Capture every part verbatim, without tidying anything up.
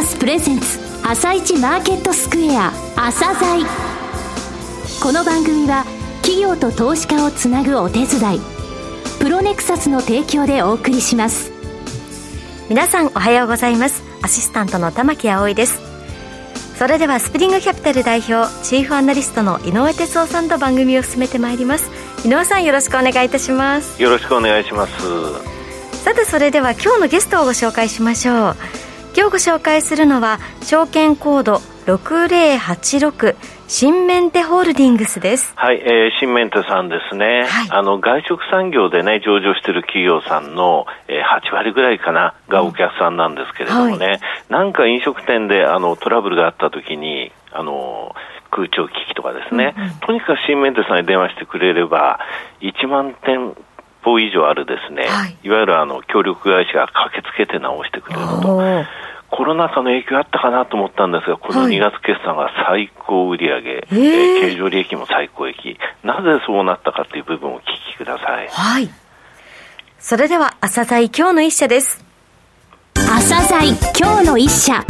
サスプレゼンツ朝一マーケットスクエア朝鮮。この番組は企業と投資家をつなぐお手伝い、プロネクサスの提供でお送りします。 皆さんおはようございます。アシスタントの玉木葵です。それではスプリングキャピタル代表チーフアナリストの井上哲夫さんと番組を進めてまいります。井上さん、よろしくお願いいたします。 よろしくお願いします。 さて、それでは今日のゲストをご紹介しましょう。今日ご紹介するのは証券コードろくぜろはちろく新メンテホールディングスです。 はい、えー、新メンテさんですね、はい、あの外食産業でね上場している企業さんの、えー、はちわりぐらいかながお客さんなんですけれどもね、はい、なんか飲食店であのトラブルがあった時にあの空調機器とかですね、うんうん、とにかく新メンテさんに電話してくれればいちまんてんぽ以上あるですね、はい、いわゆるあの協力会社が駆けつけて直してくれると。コロナ禍の影響あったかなと思ったんですが、このにがつ決算が最高売上、はい、えー、経常利益も最高益、なぜそうなったかという部分をお聞きください。 はい。それでは朝鮮今日の一社です。 朝鮮今日の一社。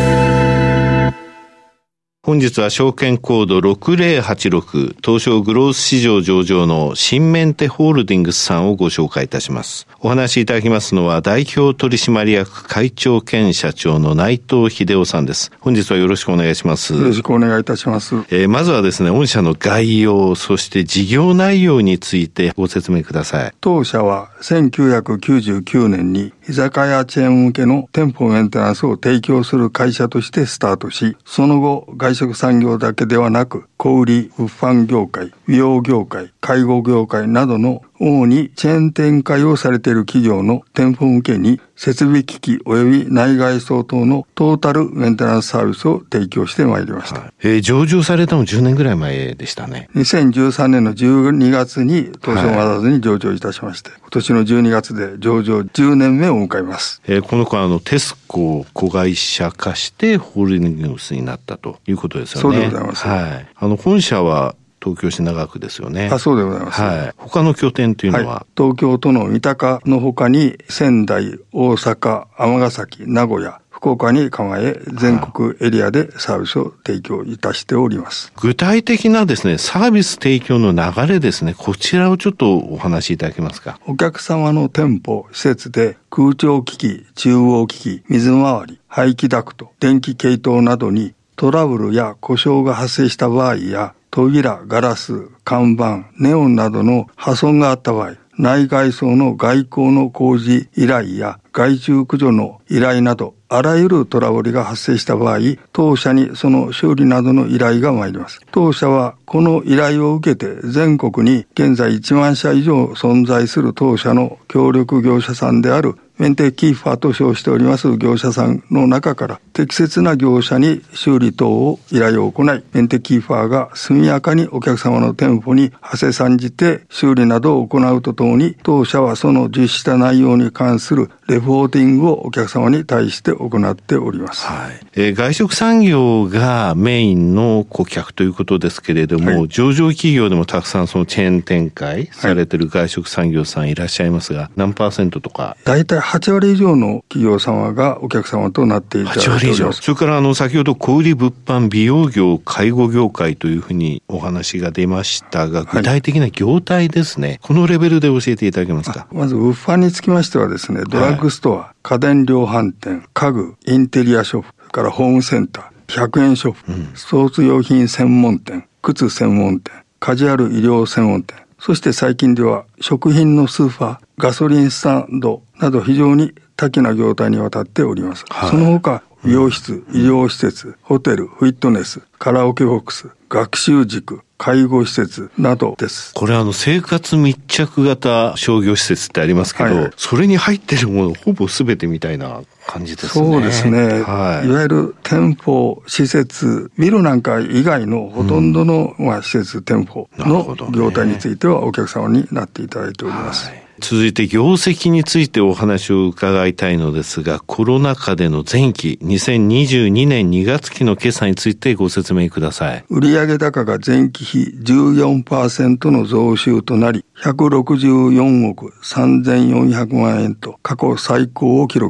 本日は証券コードろくぜろはちろく東証グロース市場上場の新メンテホールディングスさんをご紹介いたします。お話しいただきますのは代表取締役会長兼社長の内藤秀夫さんです。本日はよろしくお願いします。 よろしくお願いいたします。 えー、まずはですね、御社の概要、そして事業内容についてご説明ください。 当社はせんきゅうひゃくきゅうじゅうきゅうねんに居酒屋チェーン向けの店舗メンテナンスを提供する会社としてスタートし、その後外食産業だけではなく小売、物販業界、美容業界、介護業界などの主にチェーン展開をされている企業の店舗向けに設備機器及び内外装等のトータルメンテナンスサービスを提供してまいりました。はい、 えー、上場されたのじゅうねんぐらい前でしたね。 にせんじゅうさんねんのじゅうにがつに東証マザーズに上場いたしまして、はい、今年のじゅうにがつで上場じゅうねんめを迎えます。 えー、この子はあのテスコを子会社化してホールディングスになったということですよね。 そうでございます。 はい。あの本社は東京市長区ですよね。 あ、そうでございます。 はい。他の拠点というのは、はい、 東京都の三鷹の他に仙台、大阪、尼崎、名古屋、福岡に構え、全国エリアでサービスを提供いたしております。 具体的なですね、サービス提供の流れですね、こちらをちょっとお話しいただけますか。 お客様の店舗、施設で空調機器、中央機器、水回り、排気ダクト、電気系統などにトラブルや故障が発生した場合や、扉、ガラス、看板、ネオンなどの破損があった場合、内外装の外構の工事依頼や害虫駆除の依頼など、あらゆるトラブルが発生した場合、当社にその修理などの依頼が参ります。当社はこの依頼を受けて全国に現在いちまんしゃ以上存在する当社の協力業者さんであるメンテキーファーと称しております業者さんの中から適切な業者に修理等を依頼を行い、メンテキーファーが速やかにお客様の店舗に馳せ参じて修理などを行うとともに、当社はその実施した内容に関するレポーティングをお客様に対して行っております。 はい。えー、外食産業がメインの顧客ということですけれども、はい、上場企業でもたくさんそのチェーン展開されている外食産業さんいらっしゃいますが、何パーセントとか。 大体はちわり以上の企業様がお客様となっていただいております。はちわり以上。 それからあの先ほど小売物販美容業介護業界というふうにお話が出ましたが、具体的な業態ですね、はい、このレベルで教えていただけますか。 まず物販につきましてはですね、ドラッグストア、はい、家電量販店、家具、インテリアショップ、それからホームセンター、ひゃくえんショップ、うん、スポーツ用品専門店、靴専門店、カジュアル医療専門店、そして最近では食品のスーパー、ガソリンスタンドなど非常に多岐な業態にわたっております。はい、その他、美容室、医療施設、ホテル、フィットネス、カラオケボックス、学習塾、介護施設などです。 これあの生活密着型商業施設ってありますけど、はい、それに入ってるものほぼ全てみたいな感じですね。 そうですね。 はい、 いわゆる店舗、施設、ビルなんか以外のほとんどの、うん、まあ、施設、店舗の業態についてはお客様になっていただいております。はい、 続いて業績についてお話を伺いたいのですが、コロナ禍での前期にせんにじゅうにねんにがつきの決算についてご説明ください。 売上高が前期比 じゅうよんパーセント の増収となり、ひゃくろくじゅうよんおくさんぜんよんひゃくまんえんと過去最高を記録し、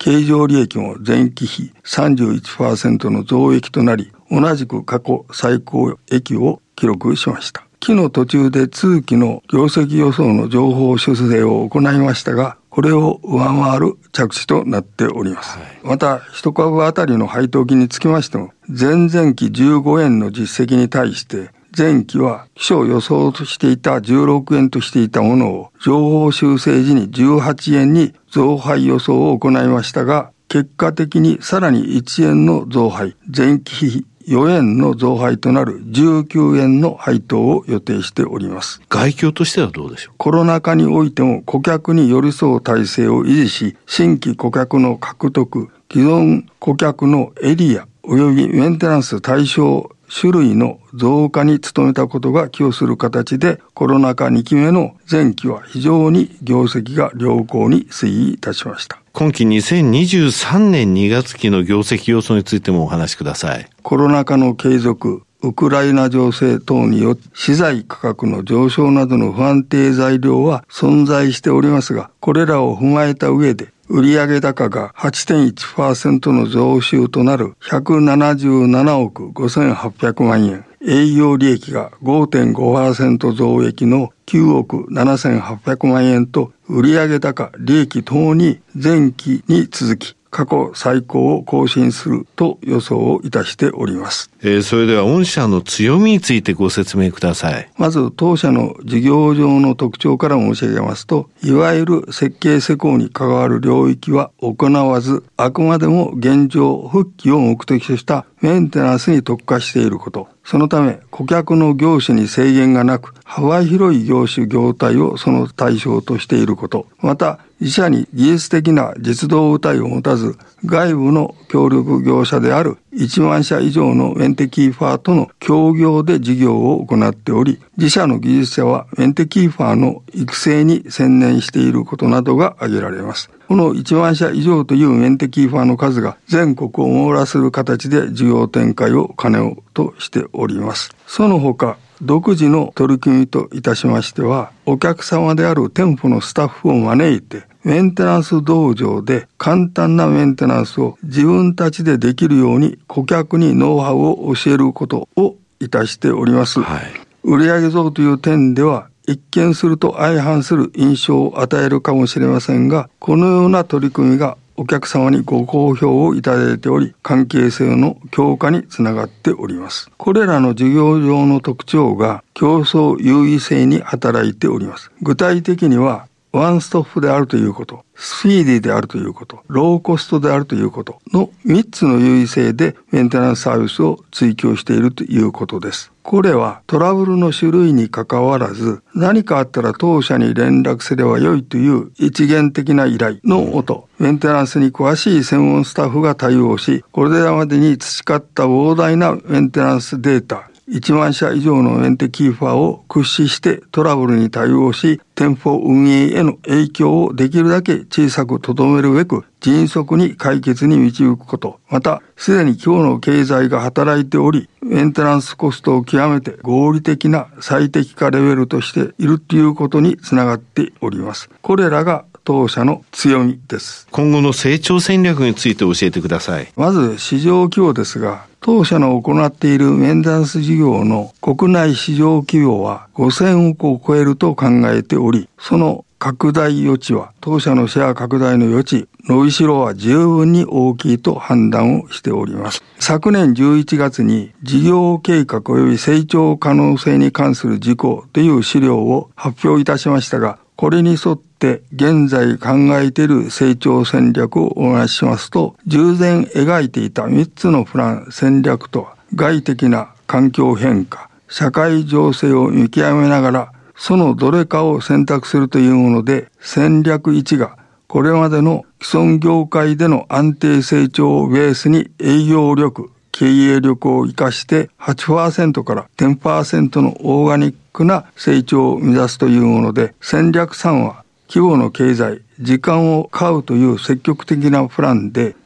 経常利益も前期比 さんじゅういちパーセント の増益となり、同じく過去最高益を記録しました。期の途中で通期の業績予想の情報修正を行いましたが、これを上回る着地となっております。はい、また、一株あたりの配当金につきましても、前々期じゅうごえんの実績に対して、前期は期初予想としていたじゅうろくえんとしていたものを、情報修正時にじゅうはちえんに増配予想を行いましたが、結果的にさらにいちえんの増配、前期比よえんの増配となるじゅうきゅうえんの配当を予定しております。 概況としてはどうでしょう。 コロナ禍においても顧客に寄り添う体制を維持し、新規顧客の獲得、既存顧客のエリア及びメンテナンス対象種類の増加に努めたことが寄与する形で、コロナ禍にきめの前期は非常に業績が良好に推移いたしました。 今期にせんにじゅうさんねんにがつ期の業績予想についてもお話しください。 コロナ禍の継続、ウクライナ情勢等によって資材価格の上昇などの不安定材料は存在しておりますが、これらを踏まえた上で、売上高が はちてんいちパーセント の増収となるひゃくななじゅうななおくごせんはっぴゃくまんえん、営業利益が ごてんごパーセント 増益のきゅうおくななせんはっぴゃくまんえんと、売上高、利益ともに前期に続き、過去最高を更新すると予想をいたしております。 えー、それでは御社の強みについてご説明ください。 まず当社の事業上の特徴から申し上げますと、いわゆる設計施工に関わる領域は行わず、あくまでも現状復帰を目的としたメンテナンスに特化していること。そのため顧客の業種に制限がなく、幅広い業種業態をその対象としていること。また自社に技術的な実動部隊を持たず、外部の協力業者であるいちまんしゃ以上のメンテキーファーとの協業で事業を行っており、自社の技術者はメンテキーファーの育成に専念していることなどが挙げられます。このいちまんしゃ以上というメンテキーファーの数が全国を網羅する形で事業展開を兼ねようとしております。その他、独自の取り組みといたしましては、お客様である店舗のスタッフを招いて、メンテナンス道場で簡単なメンテナンスを自分たちでできるように顧客にノウハウを教えることをいたしております。はい、売上増という点では一見すると相反する印象を与えるかもしれませんが、このような取り組みがお客様にご好評をいただいており、関係性の強化につながっております。これらの事業上の特徴が競争優位性に働いております。具体的には、ワンストップであるということ、スピーディーであるということ、ローコストであるということのみっつの優位性でメンテナンスサービスを追求しているということです。これはトラブルの種類に関わらず、何かあったら当社に連絡すればよいという一元的な依頼のもと、メンテナンスに詳しい専門スタッフが対応し、これまでに培った膨大なメンテナンスデータ、いちまんしゃ以上のメンテキーファーを駆使してトラブルに対応し、店舗運営への影響をできるだけ小さくとどめるべく迅速に解決に導くこと。また、すでに今日の経済が働いており、メンテナンスコストを極めて合理的な最適化レベルとしているということにつながっております。これらが当社の強みです。 今後の成長戦略について教えてください。 まず市場規模ですが、当社の行っているメンテナンス事業の国内市場規模はごせんおくを超えると考えており、その拡大余地は、当社のシェア拡大の余地、伸びしろは十分に大きいと判断をしております。昨年じゅういちがつに事業計画及び成長可能性に関する事項という資料を発表いたしましたが、これに沿って現在考えている成長戦略をお話ししますと、従前描いていたみっつのプラン戦略とは、外的な環境変化、社会情勢を見極めながら、そのどれかを選択するというもので、戦略いちがこれまでの既存業界での安定成長をベースに営業力、経営力を生かして はちパーセント から じゅっパーセント のオーガニックな成長を目指すというもので、戦略さんは規模の経済、時間を買うという積極的なプランで、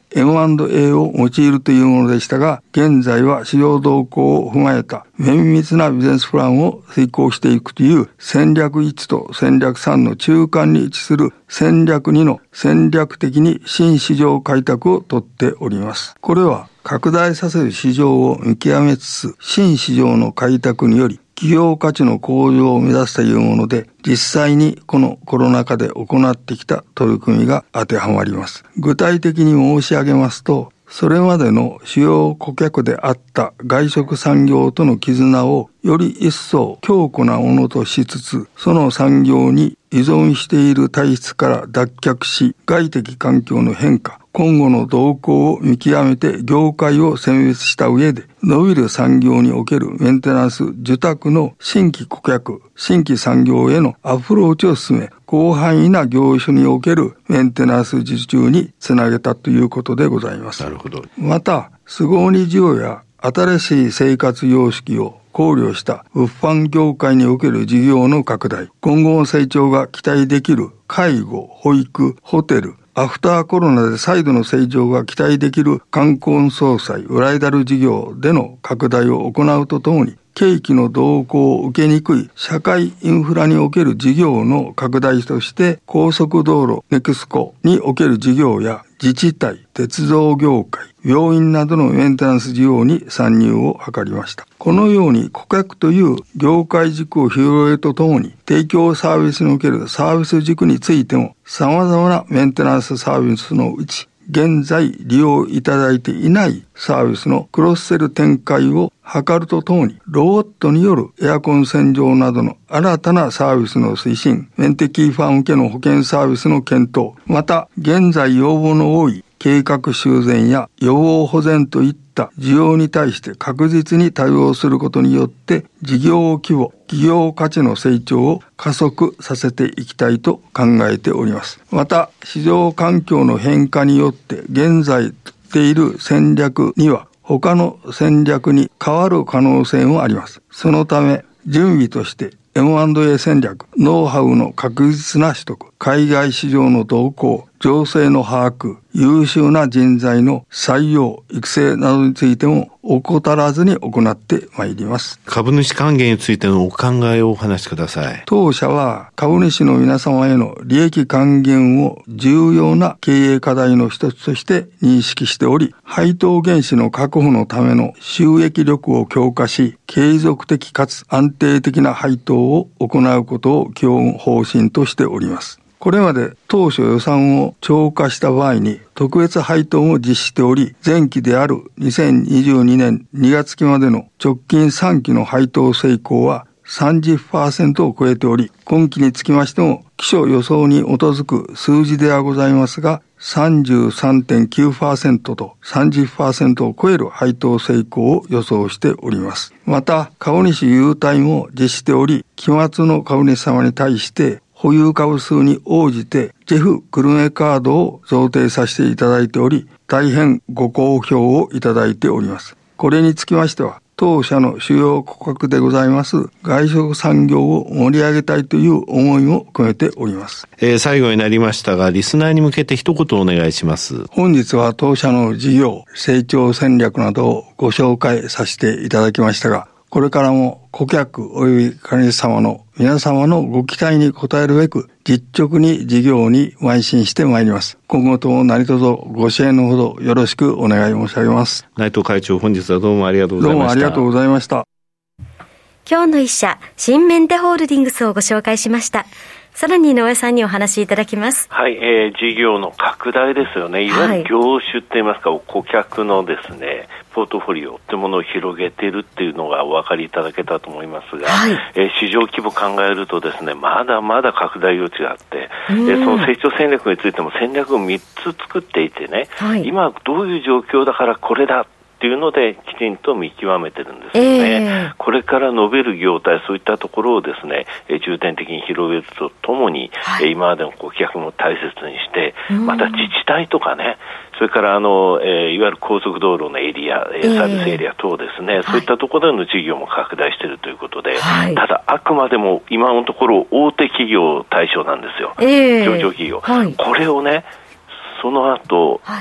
エムアンドエー を用いるというものでしたが、現在は市場動向を踏まえた綿密なビジネスプランを遂行していくという戦略いちと戦略さんの中間に位置する戦略にの戦略的に新市場開拓をとっております。これは拡大させる市場を見極めつつ、新市場の開拓により企業価値の向上を目指すというもので、実際にこのコロナ禍で行ってきた取り組みが当てはまります。具体的に申し上げますと、それまでの主要顧客であった外食産業との絆をより一層強固なものとしつつ、その産業に依存している体質から脱却し、外的環境の変化、今後の動向を見極めて業界を選別した上で、伸びる産業におけるメンテナンス受託の新規顧客、新規産業へのアプローチを進め、広範囲な業種におけるメンテナンス受注につなげたということでございます。 なるほど。 また、巣ごもり需要や新しい生活様式を考慮した物販業界における事業の拡大、今後の成長が期待できる介護、保育、ホテル、アフターコロナで再度の成長が期待できる観光総裁、ブライダル事業での拡大を行うとともに、景気の動向を受けにくい社会インフラにおける事業の拡大として、高速道路ネクスコにおける事業や自治体、鉄道業界、病院などのメンテナンス事業に参入を図りました。このように顧客という業界軸を広げるとともに、提供サービスにおけるサービス軸についても様々なメンテナンスサービスのうち、現在利用いただいていないサービスのクロスセル展開を図るとともに、ロボットによるエアコン洗浄などの新たなサービスの推進、メンテキーファー向けの保険サービスの検討、また現在要望の多い計画修繕や予防保全といった需要に対して確実に対応することによって、事業規模、企業価値の成長を加速させていきたいと考えております。また、市場環境の変化によって現在取っている戦略には他の戦略に変わる可能性もあります。そのため、準備として エムアンドエー 戦略、ノウハウの確実な取得、海外市場の動向、情勢の把握、優秀な人材の採用、育成などについても怠らずに行ってまいります。 株主還元についてのお考えをお話しください。 当社は株主の皆様への利益還元を重要な経営課題の一つとして認識しており、配当原資の確保のための収益力を強化し、継続的かつ安定的な配当を行うことを基本方針としております。これまで当初予算を超過した場合に特別配当を実施しており、前期であるにせんにじゅうにねんにがつきまでの直近さんきの配当成功は さんじゅっパーセント を超えており、今期につきましても期初予想に基づく数字ではございますが、さんじゅうさんてんきゅうパーセント と さんじゅっパーセント を超える配当成功を予想しております。また、株主優待も実施しており、期末の株主様に対して保有株数に応じてジェフグルメカードを贈呈させていただいており、大変ご好評をいただいております。これにつきましては、当社の主要顧客でございます外食産業を盛り上げたいという思いも込めております。 えー、最後になりましたが、リスナーに向けて一言お願いします。 本日は当社の事業、成長戦略などをご紹介させていただきましたが、これからも顧客及び金主様の皆様のご期待に応えるべく実直に事業に邁進してまいります。今後とも何卒ご支援のほどよろしくお願い申し上げます。 内藤会長、本日はどうもありがとうございました。 どうもありがとうございました。 今日の一社、新メンテホールディングスをご紹介しました。さらに井上さんにお話しいただきます。 はい、えー、事業の拡大ですよね。いわゆる業種って言いますか、はい、顧客のですね、ポートフォリオってものを広げているっていうのがお分かりいただけたと思いますが、はい、えー、市場規模考えるとですね、まだまだ拡大余地があって、えー、その成長戦略についても戦略をみっつ作っていてね、はい、今どういう状況だからこれだっていうのできちんと見極めてるんですよね、えー、これから伸びる業態、そういったところをですね、重点的に広げるとともに、はい、今までの顧客も大切にして、また自治体とかね、それからあの、えー、いわゆる高速道路のエリア、サービスエリア等ですね、えー、そういったところでの事業も拡大しているということで、はい、ただあくまでも今のところ大手企業対象なんですよ、えー、上場企業、はい、これをね、その後、はい、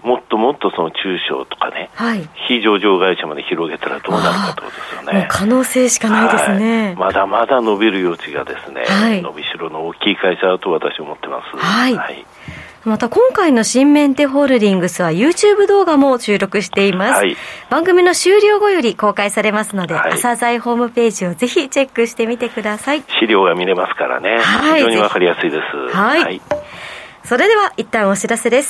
もっともっとその中小とかね、はい、非上場会社まで広げたらどうなるかということですよね。 もう可能性しかないですね、 はい、まだまだ伸びる余地がですね、はい、伸びしろの大きい会社だと私は思ってます。 はい、はい、また今回の新メンテホールディングスは YouTube 動画も収録しています、はい、番組の終了後より公開されますので、はい、朝鮮ホームページをぜひチェックしてみてください。 資料が見れますからね、はい、非常にわかりやすいです。 はい、はい、それでは一旦お知らせです。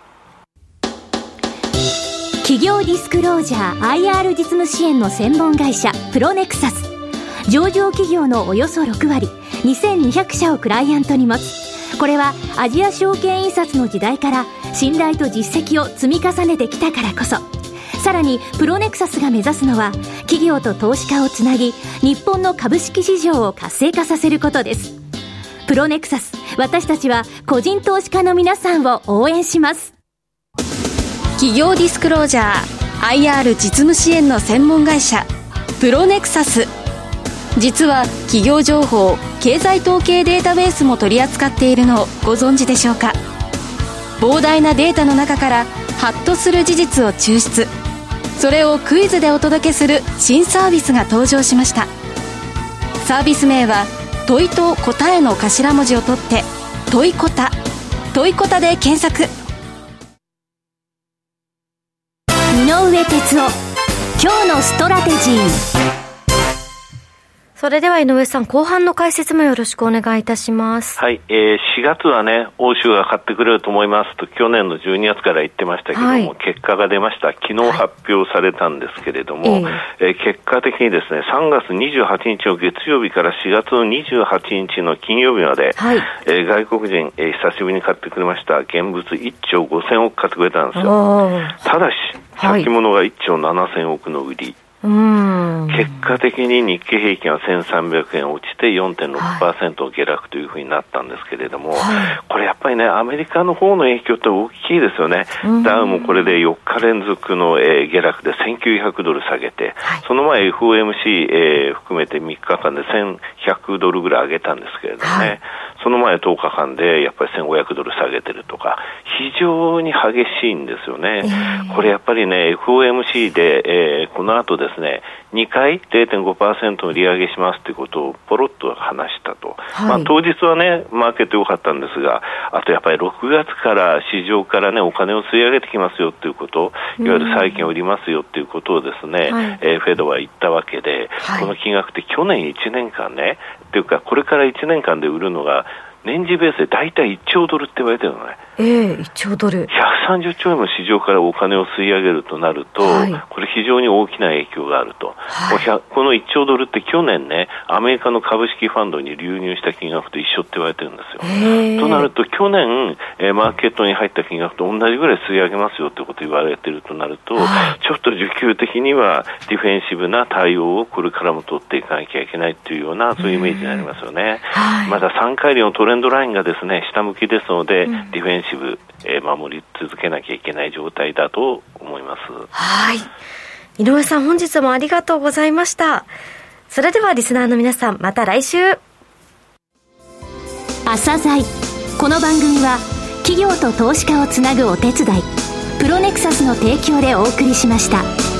企業ディスクロージャー アイアール 実務支援の専門会社プロネクサス、上場企業のおよそろくわりにせんにひゃくしゃをクライアントに持つ。これはアジア証券印刷の時代から信頼と実績を積み重ねてきたからこそ、さらにプロネクサスが目指すのは企業と投資家をつなぎ、日本の株式市場を活性化させることです。プロネクサス、私たちは個人投資家の皆さんを応援します。 企業ディスクロージャー アイアール 実務支援の専門会社プロネクサス、実は企業情報、経済統計データベースも取り扱っているのをご存知でしょうか。膨大なデータの中からハッとする事実を抽出、それをクイズでお届けする新サービスが登場しました。サービス名は問いと答えの頭文字を取って問いこた、問いこたで検索。 井上哲夫、今日のストラテジー。 それでは井上さん、後半の解説もよろしくお願いいたします。 はい、えー、しがつはね、欧州が買ってくれると思いますと去年のじゅうにがつから言ってましたけども、はい、結果が出ました。昨日発表されたんですけれども、はい、えー、結果的にですね、さんがつにじゅうはちにちの月曜日からしがつのにじゅうはちにちの金曜日まで、はい、えー、外国人、えー、久しぶりに買ってくれました現物いっちょうごせんおく買ってくれたんですよ。ただし先物がいっちょうななせんおくの売り、うーん、結果的に日経平均はせんさんびゃくえん落ちて よんてんろくパーセント 下落というふうになったんですけれども、はい、これやっぱりね、アメリカの方の影響って大きいですよね。ダウもこれでよっか連続の、えー、下落でせんきゅうひゃくドル下げて、はい、その前 エフオーエムシー、えー、含めてみっかかんでせんひゃくドルぐらい上げたんですけれどもね、はい、その前とおかかんでやっぱりせんごひゃくドル下げてるとか、非常に激しいんですよね、えー、これやっぱりね エフオーエムシー で、えー、この後ですねにかい ゼロてんごパーセント の利上げしますということをポロッと話したと、はい、まあ、当日はねマーケット良かったんですが、あとやっぱりろくがつから市場からねお金を吸い上げてきますよということ、いわゆる債券を売りますよということをですね、はい、えー、フェドは言ったわけで、はい、この金額って去年いちねんかんねっていうかこれからいちねんかんで売るのが年次ベースで大体いっちょうドルって言われてるのね。 えー、いっちょうドル。 ひゃくさんじゅっちょうえんも市場からお金を吸い上げるとなると、はい、これ非常に大きな影響があると。はい、このいっちょうドルって去年ね、アメリカの株式ファンドに流入した金額と一緒って言われてるんですよ。えー、となると去年、えー、マーケットに入った金額と同じぐらい吸い上げますよってこと言われてるとなると、はい、ちょっと需給的にはディフェンシブな対応をこれからも取っていかなきゃいけないというようなそういうイメージになりますよね。はい、まださんかいりのトレンドラインがですね下向きですので、うん、ディフェンシブ、えー、守り続けなきゃいけない状態だと思います。 はい、井上さん本日もありがとうございました。それではリスナーの皆さんまた来週。 朝鮮、この番組は企業と投資家をつなぐお手伝いプロネクサスの提供でお送りしました。